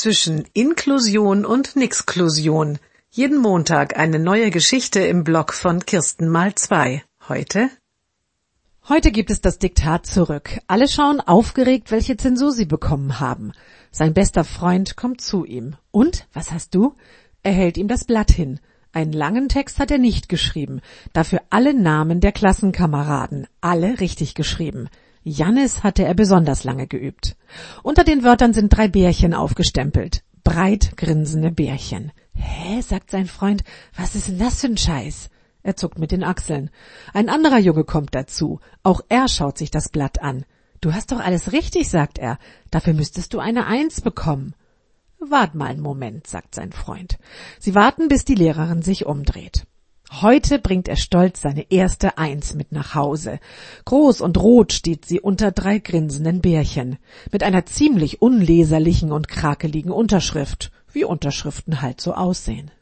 zwischen Inklusion und Nixklusion. Jeden Montag eine neue Geschichte im Blog von Kirsten mal 2. Heute gibt es das Diktat zurück. Alle schauen aufgeregt, welche Zensur sie bekommen haben. Sein bester Freund kommt zu ihm. Und, was hast du? Er hält ihm das Blatt hin. Einen langen Text hat er nicht geschrieben. Dafür alle Namen der Klassenkameraden. Alle richtig geschrieben. Jannis hatte er besonders lange geübt. Unter den Wörtern sind 3 Bärchen aufgestempelt. Breit grinsende Bärchen. »Hä?«, sagt sein Freund, »was ist denn das für ein Scheiß?« Er zuckt mit den Achseln. Ein anderer Junge kommt dazu. Auch er schaut sich das Blatt an. »Du hast doch alles richtig«, sagt er. »Dafür müsstest du eine 1 bekommen.« »Wart mal einen Moment«, sagt sein Freund. Sie warten, bis die Lehrerin sich umdreht. Heute bringt er stolz seine erste 1 mit nach Hause. Groß und rot steht sie unter 3 grinsenden Bärchen. Mit einer ziemlich unleserlichen und krakeligen Unterschrift, wie Unterschriften halt so aussehen.